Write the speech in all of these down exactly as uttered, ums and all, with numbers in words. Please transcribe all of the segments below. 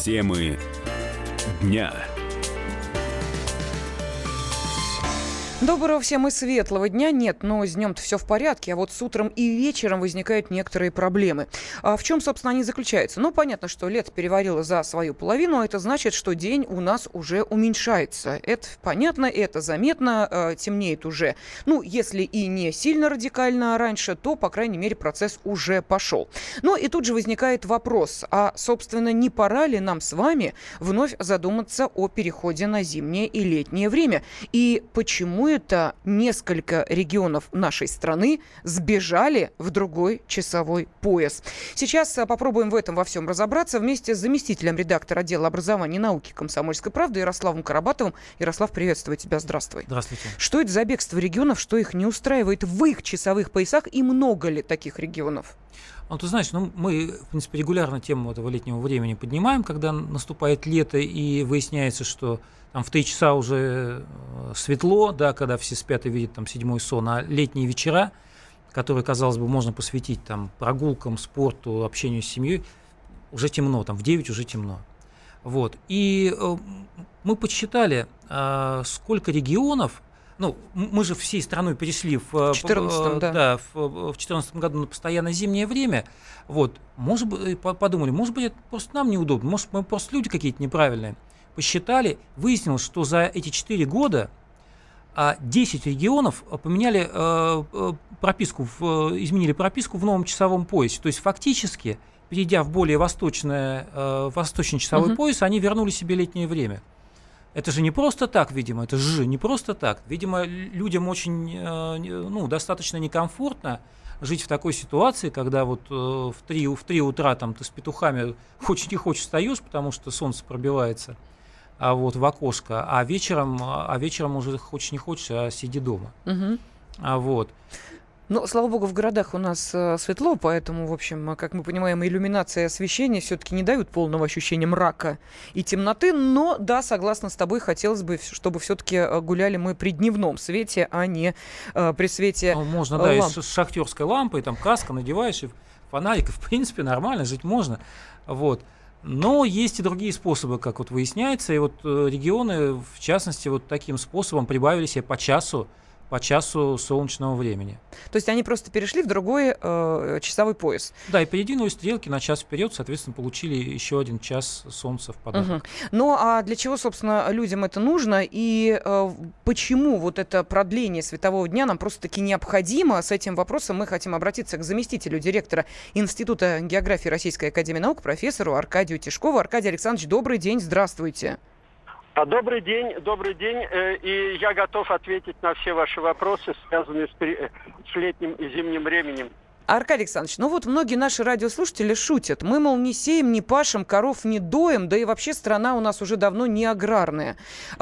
Темы дня. Доброго всем и светлого дня. Нет, но с днем-то все в порядке, а вот с утром и вечером возникают некоторые проблемы. А в чем, собственно, они заключаются? Ну, понятно, что лето перевалило за свою половину, а это значит, что день у нас уже уменьшается. Это понятно, это заметно, э, темнеет уже. Ну, если и не сильно радикально раньше, то, по крайней мере, процесс уже пошел. Ну, и тут же возникает вопрос, а, собственно, не пора ли нам с вами вновь задуматься о переходе на зимнее и летнее время? И почему это несколько регионов нашей страны сбежали в другой часовой пояс? Сейчас попробуем в этом во всем разобраться вместе с заместителем редактора отдела образования и науки «Комсомольской правды» Ярославом Карабатовым. Ярослав, приветствую тебя. Здравствуй. Здравствуйте. Что это за бегство регионов, что их не устраивает в их часовых поясах, и много ли таких регионов? Ну, ты знаешь, ну, мы, в принципе, регулярно тему этого летнего времени поднимаем, когда наступает лето и выясняется, что там в три часа уже светло, да, когда все спят и видят там седьмой сон, а летние вечера, которые, казалось бы, можно посвятить там прогулкам, спорту, общению с семьей, уже темно, там в девять уже темно. Вот. И э, мы подсчитали, э, сколько регионов. Ну, мы же всей страной перешли в четырнадцатом, да. Да, в четырнадцатом году на постоянное зимнее время. Вот, может быть, подумали, может быть, это просто нам неудобно, может, мы просто люди какие-то неправильные. Посчитали, выяснилось, что за эти четыре года десять регионов поменяли прописку, изменили прописку в новом часовом поясе. То есть фактически, перейдя в более восточное, восточный часовой uh-huh. пояс, они вернули себе летнее время. Это же не просто так, видимо, это же не просто так. Видимо, людям очень, ну, достаточно некомфортно жить в такой ситуации, когда вот в три, в три утра там ты с петухами хочешь не хочешь встаешь, потому что солнце пробивается а вот, в окошко, а вечером, а вечером уже хочешь не хочешь, а сиди дома. Угу. А вот. Ну, слава богу, в городах у нас э, светло, поэтому, в общем, как мы понимаем, иллюминация и освещение все-таки не дают полного ощущения мрака и темноты, но, да, согласна с тобой, хотелось бы, чтобы все-таки гуляли мы при дневном свете, а не э, при свете ну, можно, э, да, ламп. И с шахтерской лампой, там, каска надеваешь, и фонарик, в принципе, нормально, жить можно, вот. Но есть и другие способы, как вот выясняется, и вот регионы, в частности, вот таким способом прибавили себе по часу, по часу солнечного времени. То есть они просто перешли в другой э, часовой пояс. Да, и передвинули стрелки на час вперед, соответственно, получили еще один час солнца в подарок. Угу. Ну, а для чего, собственно, людям это нужно? И э, почему вот это продление светового дня нам просто-таки необходимо? С этим вопросом мы хотим обратиться к заместителю директора Института географии Российской академии наук, профессору Аркадию Тишкову. Аркадий Александрович, добрый день, здравствуйте. Добрый день, добрый день, и я готов ответить на все ваши вопросы, связанные с, с летним и зимним временем. Аркадий Александрович, ну вот многие наши радиослушатели шутят. Мы, мол, не сеем, не пашем, коров не доем, да и вообще страна у нас уже давно не аграрная.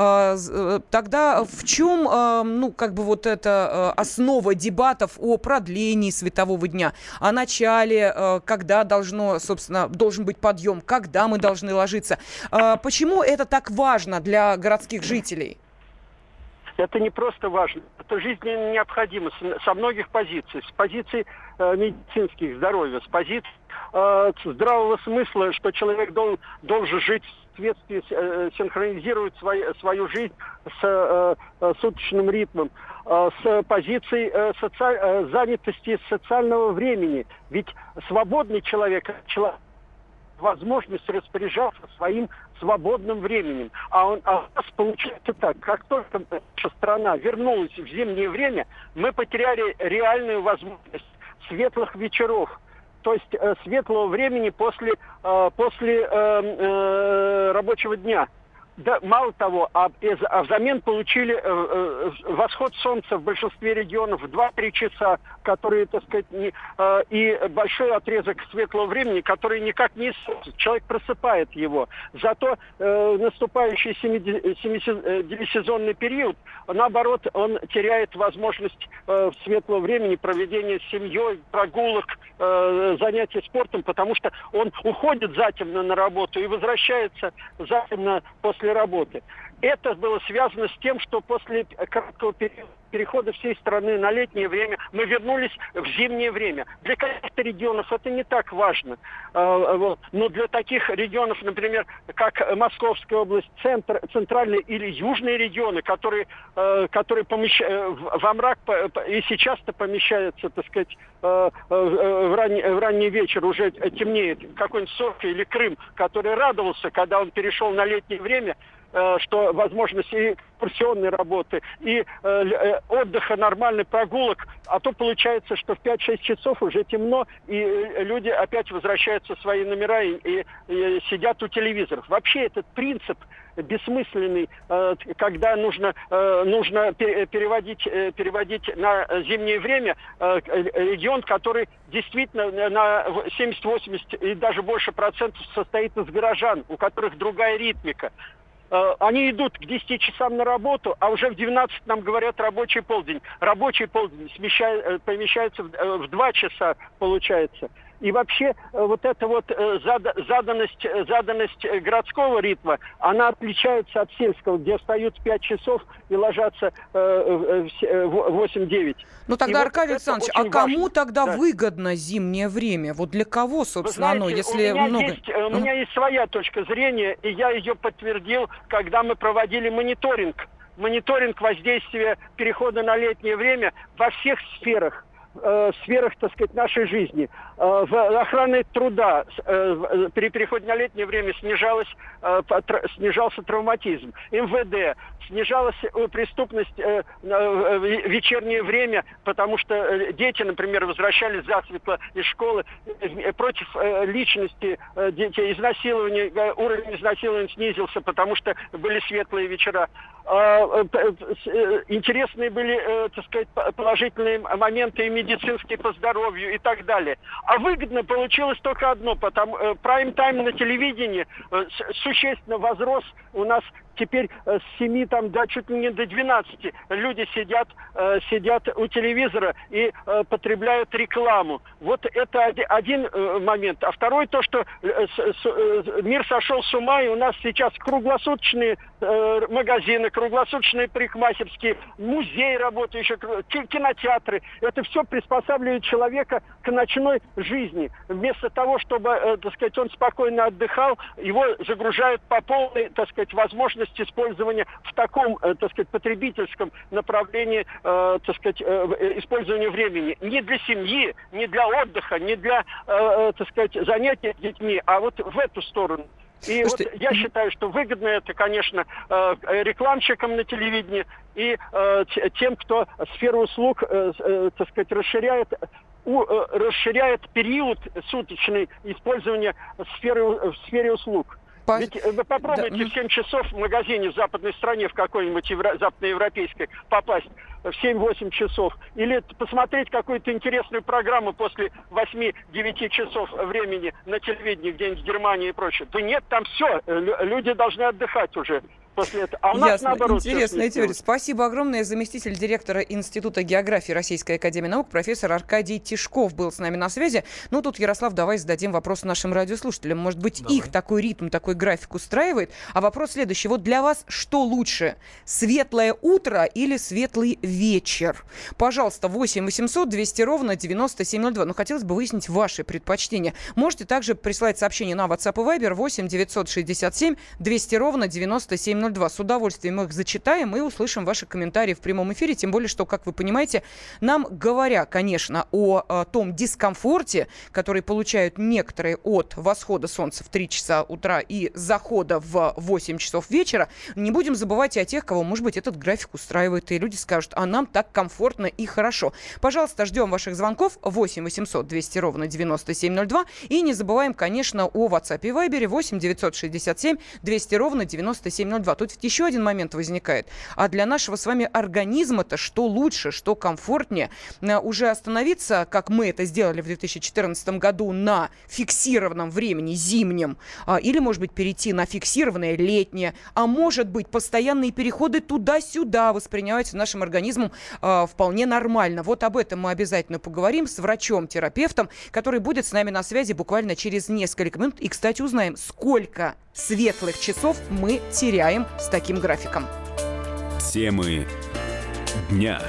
Тогда в чем, ну, как бы вот эта основа дебатов о продлении светового дня, о начале, когда должно, собственно, должен быть подъем, когда мы должны ложиться? Почему это так важно для городских жителей? Это не просто важно, это жизненно необходимо со многих позиций. С позиций э, медицинских, здоровья, с позиций э, здравого смысла, что человек дол, должен жить в соответствии, э, синхронизировать свой, свою жизнь с э, э, суточным ритмом, э, с позицией э, соци... э, занятости социального времени. Ведь свободный человек, человек возможность распоряжаться своим свободным временем. А, он, а у нас получается так, как только наша страна вернулась в зимнее время, мы потеряли реальную возможность светлых вечеров, то есть э, светлого времени после, э, после э, э, рабочего дня. Да, мало того, а, а взамен получили э, э, восход солнца в большинстве регионов в два-три часа, которые, так сказать, не, э, и большой отрезок светлого времени, который никак не солнце. Человек просыпает его. Зато э, наступающий семисезонный период, наоборот, он теряет возможность э, светлого времени проведения с семьей, прогулок, э, занятий спортом, потому что он уходит затемно на работу и возвращается затемно после работы. Это было связано с тем, что после краткого периода перехода всей страны на летнее время. Мы вернулись в зимнее время. Для каких-то регионов это не так важно. Но для таких регионов, например, как Московская область, центр, центральные или южные регионы, которые, которые помещают во мрак и сейчас-то помещаются, так сказать, в ранний, в ранний вечер, уже темнеет, какой-нибудь София или Крым, который радовался, когда он перешел на летнее время, что возможность и экскурсионной работы, и э, отдыха, нормальных прогулок, а то получается, что в пять-шесть часов уже темно, и люди опять возвращаются в свои номера и, и, и сидят у телевизоров. Вообще этот принцип бессмысленный, э, когда нужно, э, нужно переводить, э, переводить на зимнее время э, регион, который действительно на семьдесят-восемьдесят и даже больше процентов состоит из горожан, у которых другая ритмика. Они идут к десяти часам на работу, а уже в двенадцать нам говорят рабочий полдень. Рабочий полдень смещает, помещается в два часа, получается. И вообще вот эта вот заданность, заданность городского ритма, она отличается от сельского, где встают в пять часов и ложатся в восемь-девять. Ну тогда, и Аркадий вот Александрович, а кому важно. тогда да. выгодно зимнее время? Вот для кого, собственно, знаете, оно, если у меня много... Есть, у меня есть своя точка зрения, и я ее подтвердил, когда мы проводили мониторинг. Мониторинг воздействия перехода на летнее время во всех сферах. В сферах, так сказать, нашей жизни. В охране труда при переходе на летнее время снижалась, снижался травматизм. эм вэ дэ, снижалась преступность в вечернее время, потому что дети, например, возвращались засветло из школы. Против личности детей, изнасилования, уровень изнасилования снизился, потому что были светлые вечера. Интересные были, так сказать, положительные моменты и медицинские по здоровью и так далее. А выгодно получилось только одно, потому прайм-тайм на телевидении существенно возрос. У нас теперь с семи там, до чуть ли не до двенадцати люди сидят, э, сидят у телевизора и э, потребляют рекламу. Вот это один, один э, момент. А второй то, что э, с, э, мир сошел с ума, и у нас сейчас круглосуточные э, магазины, круглосуточные парикмахерские, музеи работающие, кинотеатры. Это все приспосабливает человека к ночной жизни. Вместо того, чтобы, э, так сказать, он спокойно отдыхал, его загружают по полной, так сказать, возможности использования в таком, э, так сказать, потребительском направлении, э, так сказать, э, использования времени. Не для семьи, не для отдыха, не для, э, так сказать, занятий с детьми, а вот в эту сторону. И вот я считаю, что выгодно это, конечно, э, рекламщикам на телевидении и э, тем, кто сферу услуг, э, э, так сказать, расширяет, у, э, расширяет период суточный использования сферы, в сфере услуг. По... Ведь вы попробуйте да. в семь часов в магазине в западной стране, в какой-нибудь евро... западноевропейской, попасть в семь-восемь часов. Или посмотреть какую-то интересную программу после восьми-девяти часов времени на телевидении, где-нибудь в Германии и прочее. Да нет, там все. Люди должны отдыхать уже. После этого. А у нас Ясно. наоборот. Интересная теория. Спасибо огромное. Заместитель директора Института географии Российской академии наук, профессор Аркадий Тишков был с нами на связи. Ну, тут, Ярослав, давай зададим вопрос нашим радиослушателям. Может быть, давай. Их такой ритм, такой график устраивает. А вопрос следующий. Вот для вас что лучше? Светлое утро или светлый вечер? Пожалуйста, восемь восемьсот двести ровно девяносто семь ноль два. Но хотелось бы выяснить ваши предпочтения. Можете также присылать сообщение на WhatsApp и Viber восемь девятьсот шестьдесят семь двести ровно девяносто семь ноль два. С удовольствием мы их зачитаем и услышим ваши комментарии в прямом эфире. Тем более, что, как вы понимаете, нам, говоря, конечно, о, о том дискомфорте, который получают некоторые от восхода солнца в три часа утра и захода в восемь часов вечера, не будем забывать и о тех, кого, может быть, этот график устраивает. И люди скажут, а нам так комфортно и хорошо. Пожалуйста, ждем ваших звонков восемь восемьсот двести ровно девяносто семь ноль два. И не забываем, конечно, о WhatsApp и Viber восемь девятьсот шестьдесят семь двести ровно девяносто семь ноль два. Тут ведь еще один момент возникает. А для нашего с вами организма-то что лучше, что комфортнее? Уже остановиться, как мы это сделали в две тысячи четырнадцатом году, на фиксированном времени, зимнем, или, может быть, перейти на фиксированное летнее, а может быть, постоянные переходы туда-сюда воспринимаются нашим организмом э, вполне нормально. Вот об этом мы обязательно поговорим с врачом-терапевтом, который будет с нами на связи буквально через несколько минут. И, кстати, узнаем, сколько светлых часов мы теряем с таким графиком. Темы дня.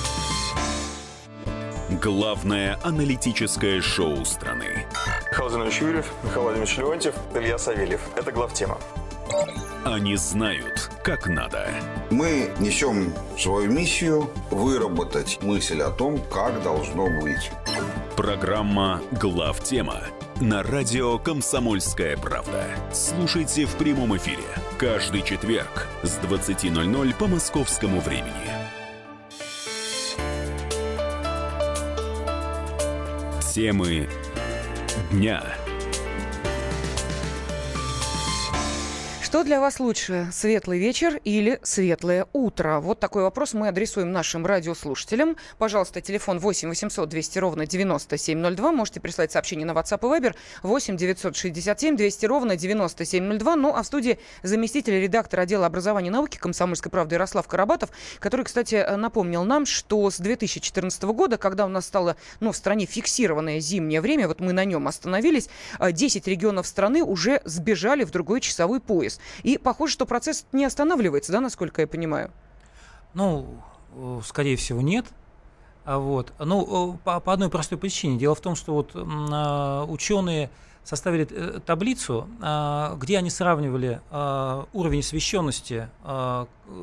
Главное аналитическое шоу страны. Михаил Владимирович Юрьев, Михаил Владимирович Леонтьев, Илья Савельев. Это главтема. Они знают, как надо. Мы несем свою миссию выработать мысль о том, как должно быть. Программа «Главтема» на радио «Комсомольская правда». Слушайте в прямом эфире каждый четверг с двадцати ноль-ноль по московскому времени. Темы дня. Что для вас лучше, светлый вечер или светлое утро? Вот такой вопрос мы адресуем нашим радиослушателям. Пожалуйста, телефон восемь восемьсот двести ровно девяносто семь ноль два. Можете прислать сообщение на WhatsApp и Viber восемь девятьсот шестьдесят семь двести ровно девяносто семь ноль два. Ну, а в студии заместитель редактора отдела образования и науки «Комсомольской правды» Ярослав Карабатов, который, кстати, напомнил нам, что с две тысячи четырнадцатого года, когда у нас стало, ну, в стране фиксированное зимнее время, вот мы на нем остановились, десять регионов страны уже сбежали в другой часовой пояс. И похоже, что процесс не останавливается, да, насколько я понимаю? Ну, скорее всего, нет. А вот. Ну, по, по одной простой причине. Дело в том, что вот ученые составили таблицу, где они сравнивали уровень освещенности там,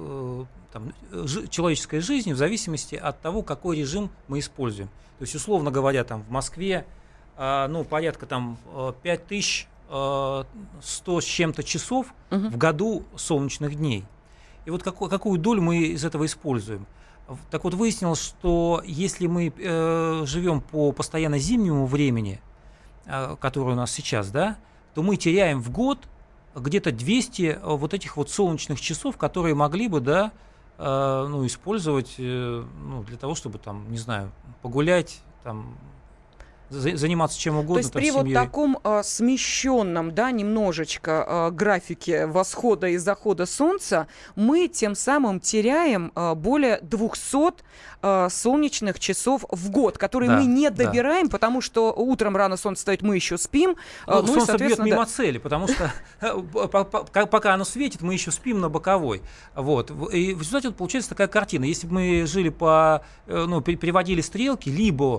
человеческой жизни в зависимости от того, какой режим мы используем. То есть, условно говоря, там в Москве ну, порядка там пять тысяч сто с чем-то часов uh-huh. в году солнечных дней. И вот какую, какую долю мы из этого используем? Так вот, выяснилось, что если мы э, живем по постоянно зимнему времени, э, которое у нас сейчас, да, то мы теряем в год где-то двести вот этих вот солнечных часов, которые могли бы, да, э, ну, использовать э, ну, для того, чтобы там, не знаю, погулять, там, заниматься чем угодно. То есть при вот таком э, смещенном, да, немножечко э, графике восхода и захода солнца мы тем самым теряем э, более двухсот э, солнечных часов в год, которые да, мы не добираем, да. потому что утром рано солнце встает, мы еще спим. Ну, ну, солнце и, бьет мимо да. цели, потому что пока оно светит, мы еще спим на боковой. Вот. И в результате получается такая картина. Если бы мы жили по, ну, переводили стрелки, либо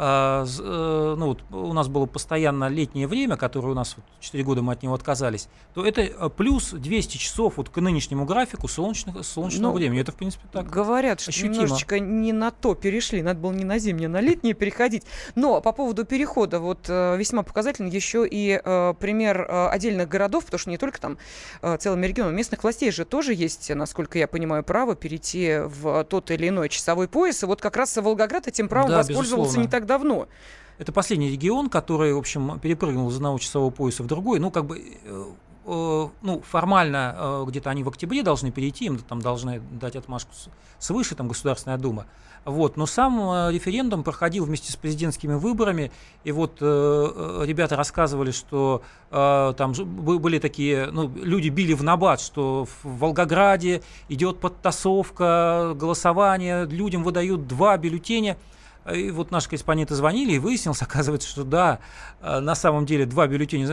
ну, вот у нас было постоянно летнее время, которое у нас вот, четыре года мы от него отказались, то это плюс двести часов вот к нынешнему графику солнечного, солнечного ну, времени. Это, в принципе, так говорят, что ощутимо. Немножечко не на то перешли. Надо было не на зимнее, а на летнее переходить. Но по поводу перехода, вот весьма показательный еще и э, пример э, отдельных городов, потому что не только там э, целыми регионами, местных властей же тоже есть, насколько я понимаю, право перейти в тот или иной часовой пояс. И вот как раз Волгоград этим правом да, воспользовался безусловно. не так давно. Это последний регион, который, в общем, перепрыгнул из одного часового пояса в другой. Ну, как бы, э, э, ну, формально э, где-то они в октябре должны перейти, им там должны дать отмашку свыше, там, Государственная Дума. Вот. Но сам э, референдум проходил вместе с президентскими выборами, и вот э, ребята рассказывали, что э, там были такие, ну, люди били в набат, что в Волгограде идет подтасовка, голосование, людям выдают два бюллетеня. И вот наши корреспонденты звонили, и выяснилось, оказывается, что да, на самом деле два бюллетеня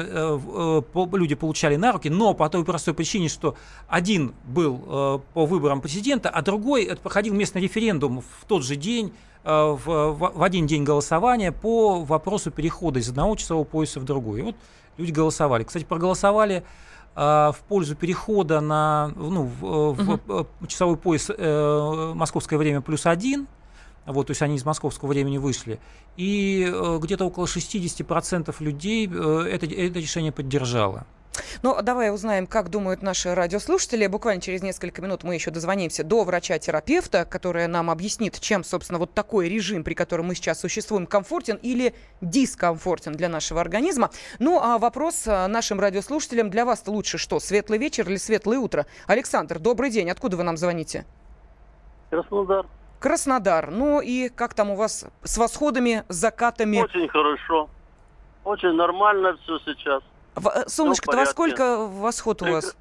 люди получали на руки, но по той простой причине, что один был по выборам президента, а другой проходил местный референдум в тот же день, в, в один день голосования по вопросу перехода из одного часового пояса в другой. И вот люди голосовали. Кстати, проголосовали в пользу перехода на ну, в, в, в часовой пояс московское время плюс один. Вот, то есть они из московского времени вышли. И э, где-то около шестьдесят процентов людей э, это, это решение поддержало. Ну, давай узнаем, как думают наши радиослушатели. Буквально через несколько минут мы еще дозвонимся до врача-терапевта, который нам объяснит, чем, собственно, вот такой режим, при котором мы сейчас существуем, комфортен или дискомфортен для нашего организма. Ну, а вопрос нашим радиослушателям: для вас-то лучше что, светлый вечер или светлое утро? Александр, добрый день. Откуда вы нам звоните? Краснодар. Краснодар. Ну и как там у вас с восходами, с закатами? Очень хорошо. Очень нормально все сейчас. В, солнышко-то во сколько восход у вас?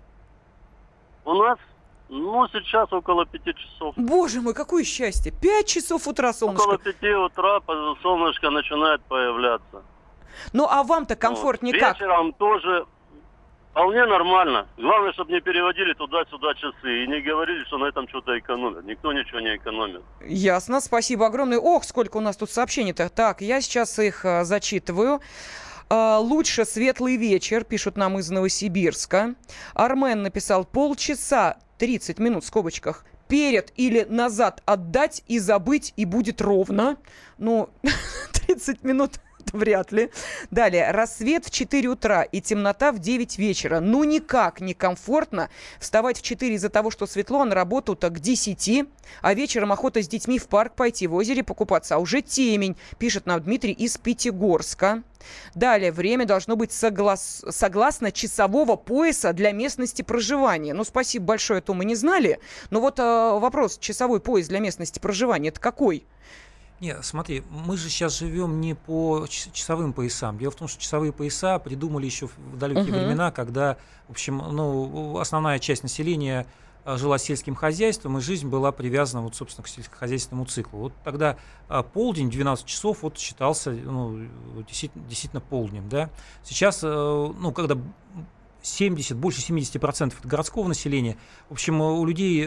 У нас, ну, сейчас около пяти часов. Боже мой, какое счастье! Пять часов утра солнышко. Около пяти утра солнышко начинает появляться. Ну, а вам-то комфортнее вот. как? Вечером тоже... Вполне нормально. Главное, чтобы не переводили туда-сюда часы и не говорили, что на этом что-то экономят. Никто ничего не экономит. Ясно, спасибо огромное. Ох, сколько у нас тут сообщений-то. Так, я сейчас их а, зачитываю. А, лучше светлый вечер, пишут нам из Новосибирска. Армен написал полчаса, тридцать минут в скобочках. Перед или назад отдать и забыть, и будет ровно. Ну, тридцать минут... Вряд ли. Далее. Рассвет в четыре утра и темнота в девять вечера. Ну, никак не комфортно вставать в четыре из-за того, что светло, а на работу-то к десяти, а вечером охота с детьми в парк пойти, в озере покупаться, а уже темень, пишет нам Дмитрий из Пятигорска. Далее. Время должно быть соглас... согласно часового пояса для местности проживания. Ну, спасибо большое, это мы не знали. Но вот э, вопрос, часовой пояс для местности проживания, это какой? Нет, смотри, мы же сейчас живем не по часовым поясам. Дело в том, что часовые пояса придумали еще в далекие uh-huh. времена, когда, в общем, ну, основная часть населения жила сельским хозяйством, и жизнь была привязана, вот, собственно, к сельскохозяйственному циклу. Вот тогда полдень, двенадцать часов, вот, считался, ну, действительно, действительно полднем, да. Сейчас, ну, когда семьдесят, больше семьдесят процентов городского населения. В общем, у людей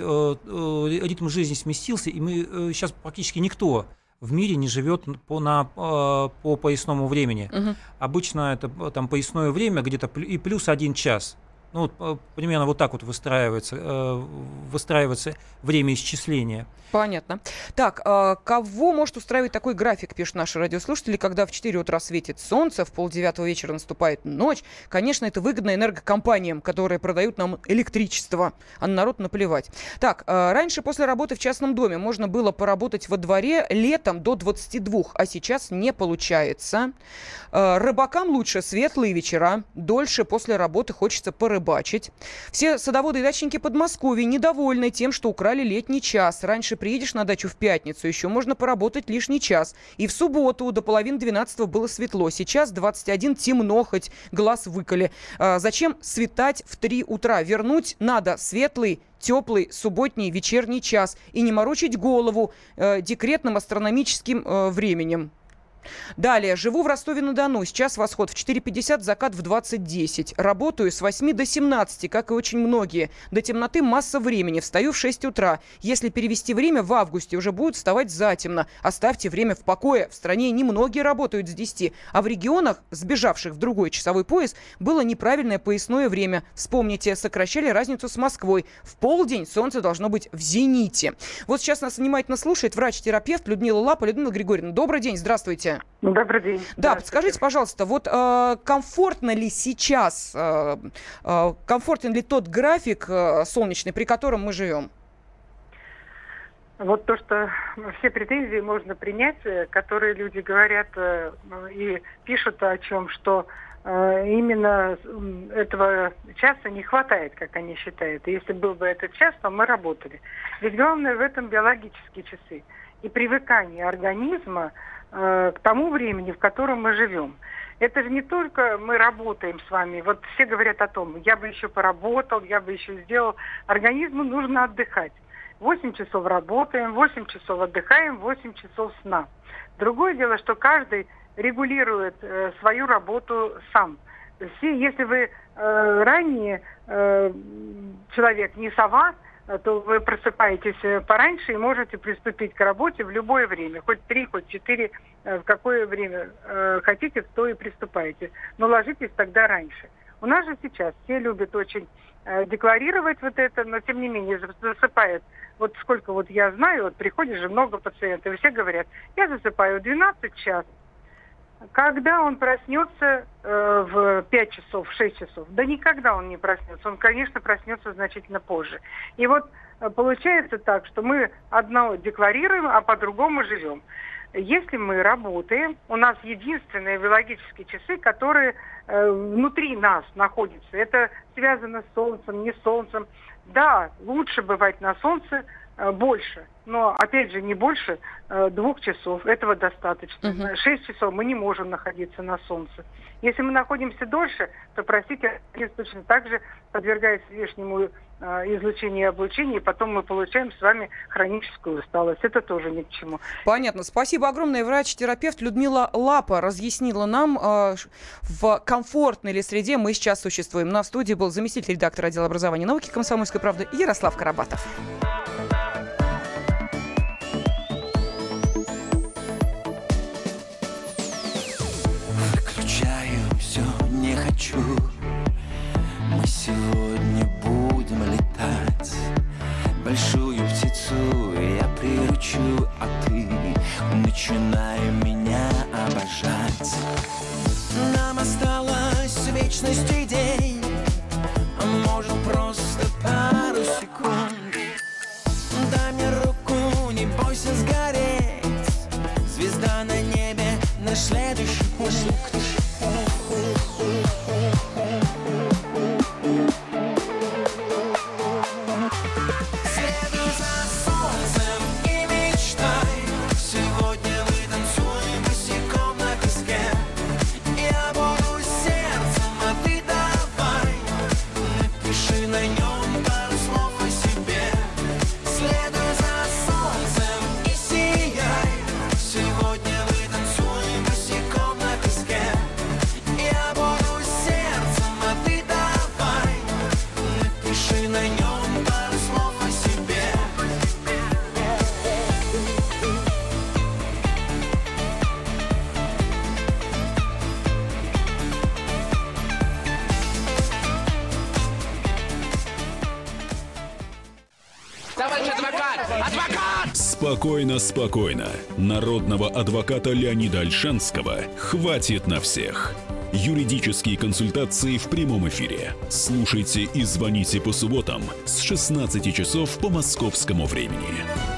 ритм жизни сместился, и мы сейчас практически никто в мире не живет по, на, по поясному времени. Угу. Обычно это там поясное время где-то и плюс один час. Ну, вот, примерно вот так вот выстраивается, выстраивается время исчисления. Понятно. Так, э, кого может устраивать такой график, пишут наши радиослушатели, когда в четыре утра светит солнце, в полдевятого вечера наступает ночь? Конечно, это выгодно энергокомпаниям, которые продают нам электричество, а на народ наплевать. Так, э, раньше после работы в частном доме можно было поработать во дворе летом до двадцати двух, а сейчас не получается. Э, рыбакам лучше светлые вечера, дольше после работы хочется порыбачить. Все садоводы и дачники Подмосковья недовольны тем, что украли летний час. Раньше приедешь на дачу в пятницу, еще можно поработать лишний час. И в субботу до половины двенадцатого было светло. Сейчас двадцать один, темно, хоть глаз выколи. А зачем светать в три утра? Вернуть надо светлый, теплый субботний вечерний час и не морочить голову э, декретным астрономическим э, временем. Далее. Живу в Ростове-на-Дону. Сейчас восход в четыре пятьдесят, закат в двадцать десять. Работаю с восьми до семнадцати, как и очень многие. До темноты масса времени. Встаю в шесть утра. Если перевести время, в августе уже будет вставать затемно. Оставьте время в покое. В стране немногие работают с десяти. А в регионах, сбежавших в другой часовой пояс, было неправильное поясное время. Вспомните, сокращали разницу с Москвой. В полдень солнце должно быть в зените. Вот сейчас нас внимательно слушает врач-терапевт Людмила Лапа. Людмила Григорьевна, добрый день, здравствуйте. Добрый день. Да, подскажите, пожалуйста, вот э, комфортно ли сейчас, э, э, комфортен ли тот график э, солнечный, при котором мы живем? Вот то, что все претензии можно принять, которые люди говорят э, и пишут о чем, что э, именно этого часа не хватает, как они считают. И если был бы этот час, то мы работали. Ведь главное в этом биологические часы и привыкание организма к тому времени, в котором мы живем. Это же не только мы работаем с вами. Вот все говорят о том, я бы еще поработал, я бы еще сделал. Организму нужно отдыхать. восемь часов работаем, восемь часов отдыхаем, восемь часов сна. Другое дело, что каждый регулирует э, свою работу сам. Все, если вы э, ранее э, человек, не сова, то вы просыпаетесь пораньше и можете приступить к работе в любое время. Хоть три, хоть четыре, в какое время э, хотите, в то и приступаете. Но ложитесь тогда раньше. У нас же сейчас все любят очень э, декларировать вот это, но тем не менее засыпают. Вот сколько вот я знаю, вот приходит же много пациентов, и все говорят, я засыпаю в двенадцать часов. Когда он проснется э, в пять часов, в шесть часов? Да никогда он не проснется. Он, конечно, проснется значительно позже. И вот э, получается так, что мы одно декларируем, а по-другому живем. Если мы работаем, у нас единственные биологические часы, которые э, внутри нас находятся. Это связано с солнцем, не с солнцем. Да, лучше бывать на солнце, больше. Но, опять же, не больше э, двух часов. Этого достаточно. Uh-huh. Шесть часов мы не можем находиться на солнце. Если мы находимся дольше, то, простите, точно так же подвергается внешнему э, излучению и облучению, и потом мы получаем с вами хроническую усталость. Это тоже ни к чему. Понятно. Спасибо огромное. Врач-терапевт Людмила Лапа разъяснила нам, э, в комфортной ли среде мы сейчас существуем. На студии был заместитель редактора отдела образования и науки «Комсомольской правды» Ярослав Карабатов. Мы сегодня будем летать. Большую птицу я приручу, а ты начинай меня обожать. Нам осталось вечности день, а может просто пару секунд. Дай мне руку, не бойся сгореть. Звезда на небе, наш следующий путь. Спокойно, спокойно. Народного адвоката Леонида Ольшанского хватит на всех. Юридические консультации в прямом эфире. Слушайте и звоните по субботам с шестнадцати часов по московскому времени.